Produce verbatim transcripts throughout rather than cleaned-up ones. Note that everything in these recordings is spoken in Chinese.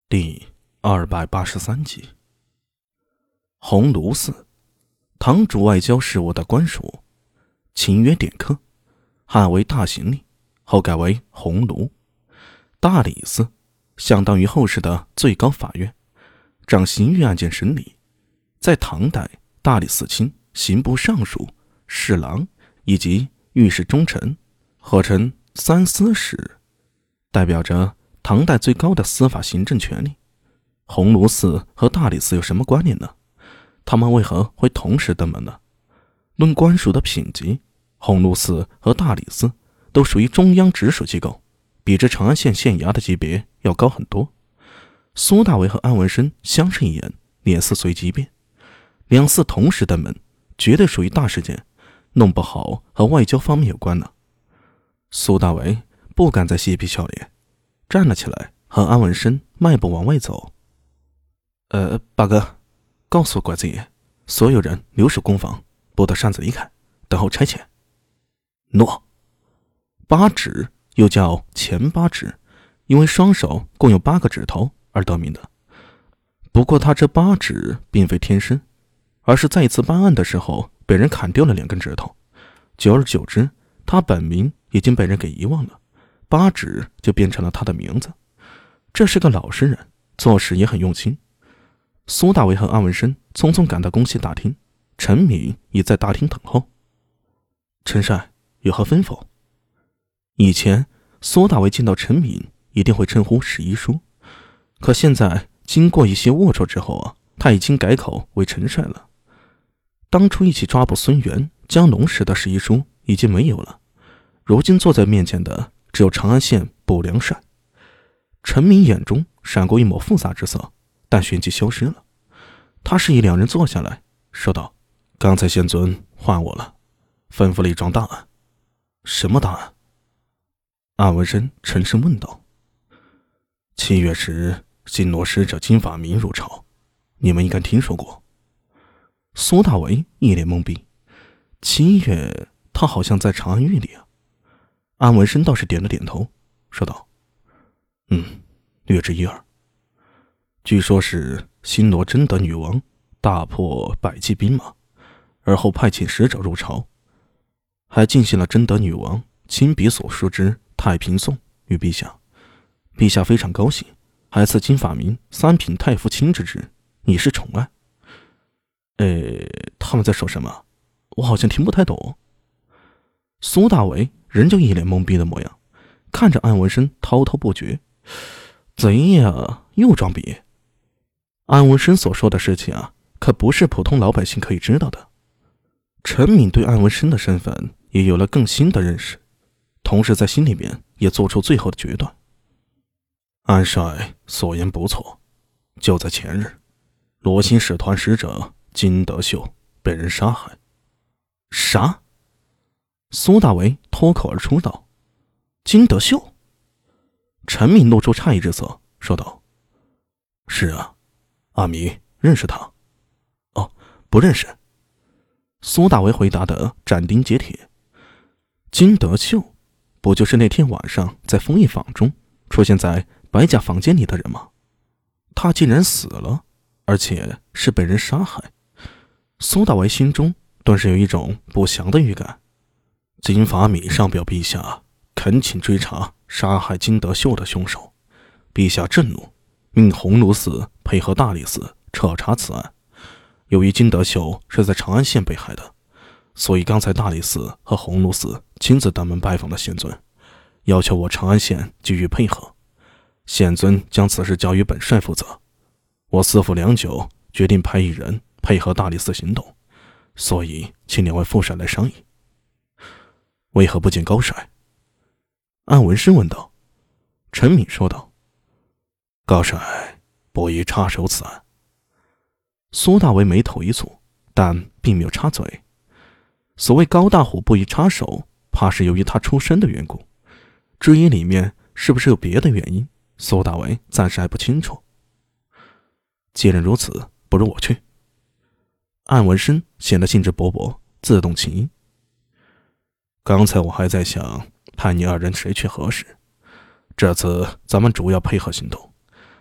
第二百八十三集。鸿胪寺，堂主外交事务的官署，秦约典刻，汉为大行李，后改为鸿胪。大理寺相当于后世的最高法院，掌刑狱案件审理。在唐代，大理寺卿、刑部尚书、侍郎以及御史中丞合称三司使，代表着唐代最高的司法行政权力。鸿胪寺和大理寺有什么关联呢？他们为何会同时登门呢？论官署的品级，鸿胪寺和大理寺都属于中央直属机构，比之长安县县衙的级别要高很多。苏大为和安文生相视一眼，脸色随即变。两寺同时登门，绝对属于大事件，弄不好和外交方面有关呢。苏大为不敢再嬉皮笑脸，站了起来，和安文生迈步往外走。呃，八哥，告诉拐子爷，所有人留守宫房，不得擅自离开，等候差遣。诺。八指又叫前八指，因为双手共有八个指头而得名的。不过他这八指并非天生，而是在一次办案的时候被人砍掉了两根指头，久而久之，他本名已经被人给遗忘了，八指就变成了他的名字。这是个老实人，做事也很用心。苏大为和安文生匆匆赶到宫西大厅，陈敏已在大厅等候。陈帅有何吩咐？以前苏大为见到陈敏一定会称呼史一书，可现在经过一些龌龊之后啊，他已经改口为陈帅了。当初一起抓捕孙元、江龙时的史一书已经没有了，如今坐在面前的只有长安县卜良帅。陈敏眼中闪过一抹复杂之色，但旋即消失了。他示意两人坐下来，说道：刚才县尊唤我了，吩咐了一桩大案。什么大案？安文生沉声问道。七月时，新罗使者金法明入朝，你们应该听说过。苏大为一脸懵逼，七月他好像在长安狱里啊。安文生倒是点了点头，说道：嗯，略知一二。据说是新罗贞德女王大破百骑兵马，而后派遣使者入朝，还进献了贞德女王亲笔所书之太平颂与陛下。陛下非常高兴，还赐金法明三品太傅卿之职，以示宠爱。呃，他们在说什么？我好像听不太懂。苏大为仍旧一脸懵逼的模样，看着安文生滔滔不绝。贼呀，又装逼。安文生所说的事情啊，可不是普通老百姓可以知道的。陈敏对安文生的身份也有了更新的认识，同时在心里面也做出最后的决断。安帅所言不错，就在前日，罗新使团使者金德秀被人杀害。啥？苏大为脱口而出道。金德秀？陈敏露出诧异之色，说道：是啊，阿弥认识他。哦，不认识。苏大为回答的斩钉截铁。金德秀不就是那天晚上在丰益坊中出现在白家房间里的人吗？他竟然死了，而且是被人杀害。苏大为心中顿时有一种不祥的预感。金法米上表陛下，恳请追查杀害金德秀的凶手。陛下震怒，命鸿胪寺配合大理寺彻查此案。由于金德秀是在长安县被害的，所以刚才大理寺和鸿胪寺亲自登门拜访了县尊，要求我长安县给予配合。县尊将此事交于本帅负责。我思府良久，决定派一人配合大理寺行动，所以请两位副帅来商议。为何不见高帅？安文生问道。陈敏说道：高帅不宜插手此案。苏大为眉头一蹙，但并没有插嘴。所谓高大虎不宜插手，怕是由于他出身的缘故。至于里面是不是有别的原因，苏大为暂时还不清楚。既然如此，不如我去。安文生显得兴致勃勃，自动请缨。刚才我还在想派你二人谁去合适，这次咱们主要配合行动，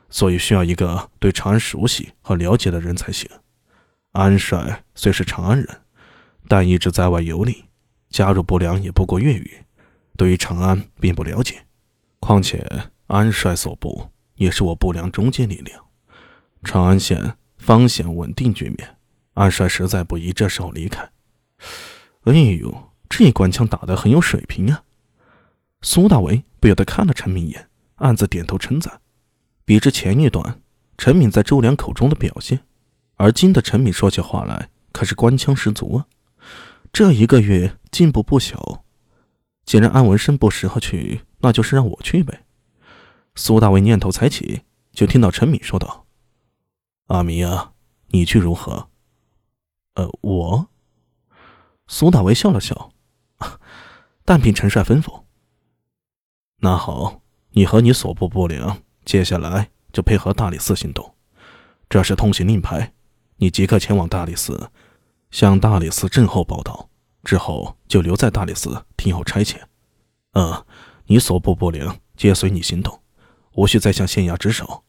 所以需要一个对长安熟悉和了解的人才行。安帅虽是长安人，但一直在外游历，加入部梁也不过月余，对于长安并不了解。况且安帅所部也是我部梁中坚力量，长安县方显稳定局面，安帅实在不宜这时候离开。哎呦，这官腔打得很有水平啊！苏大为不由得看了陈敏一眼，暗自点头称赞。比之前一段陈敏在周良口中的表现，而今的陈敏说起话来可是官腔十足啊！这一个月进步不小。既然安文生不适合去，那就是让我去呗。苏大为念头才起，就听到陈敏说道：“阿弥啊，你去如何？”呃，我？苏大为笑了笑，但凭陈帅吩咐。那好，你和你所部部领接下来就配合大理寺行动，这是通行令牌，你即刻前往大理寺，向大理寺镇后报道，之后就留在大理寺听候差遣。呃，你所部部领皆随你行动，无需再向县衙值守。